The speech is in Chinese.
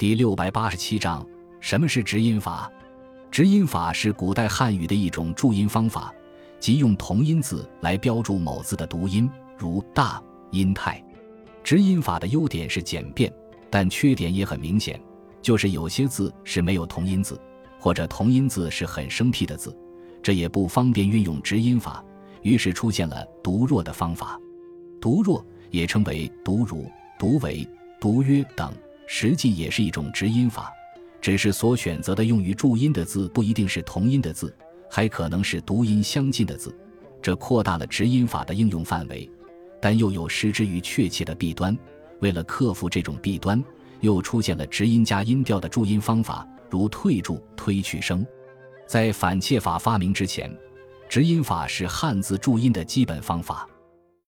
第687章，什么是直音法？直音法是古代汉语的一种注音方法，即用同音字来标注某字的读音，如大、音态。直音法的优点是简便，但缺点也很明显，就是有些字是没有同音字，或者同音字是很生僻的字，这也不方便运用直音法，于是出现了读弱的方法。读弱也称为读汝、读为、读约等，实际也是一种直音法，只是所选择的用于注音的字不一定是同音的字，还可能是读音相近的字，这扩大了直音法的应用范围，但又有失之于确切的弊端。为了克服这种弊端，又出现了直音加音调的注音方法，如退注、推去声。在反切法发明之前，直音法是汉字注音的基本方法。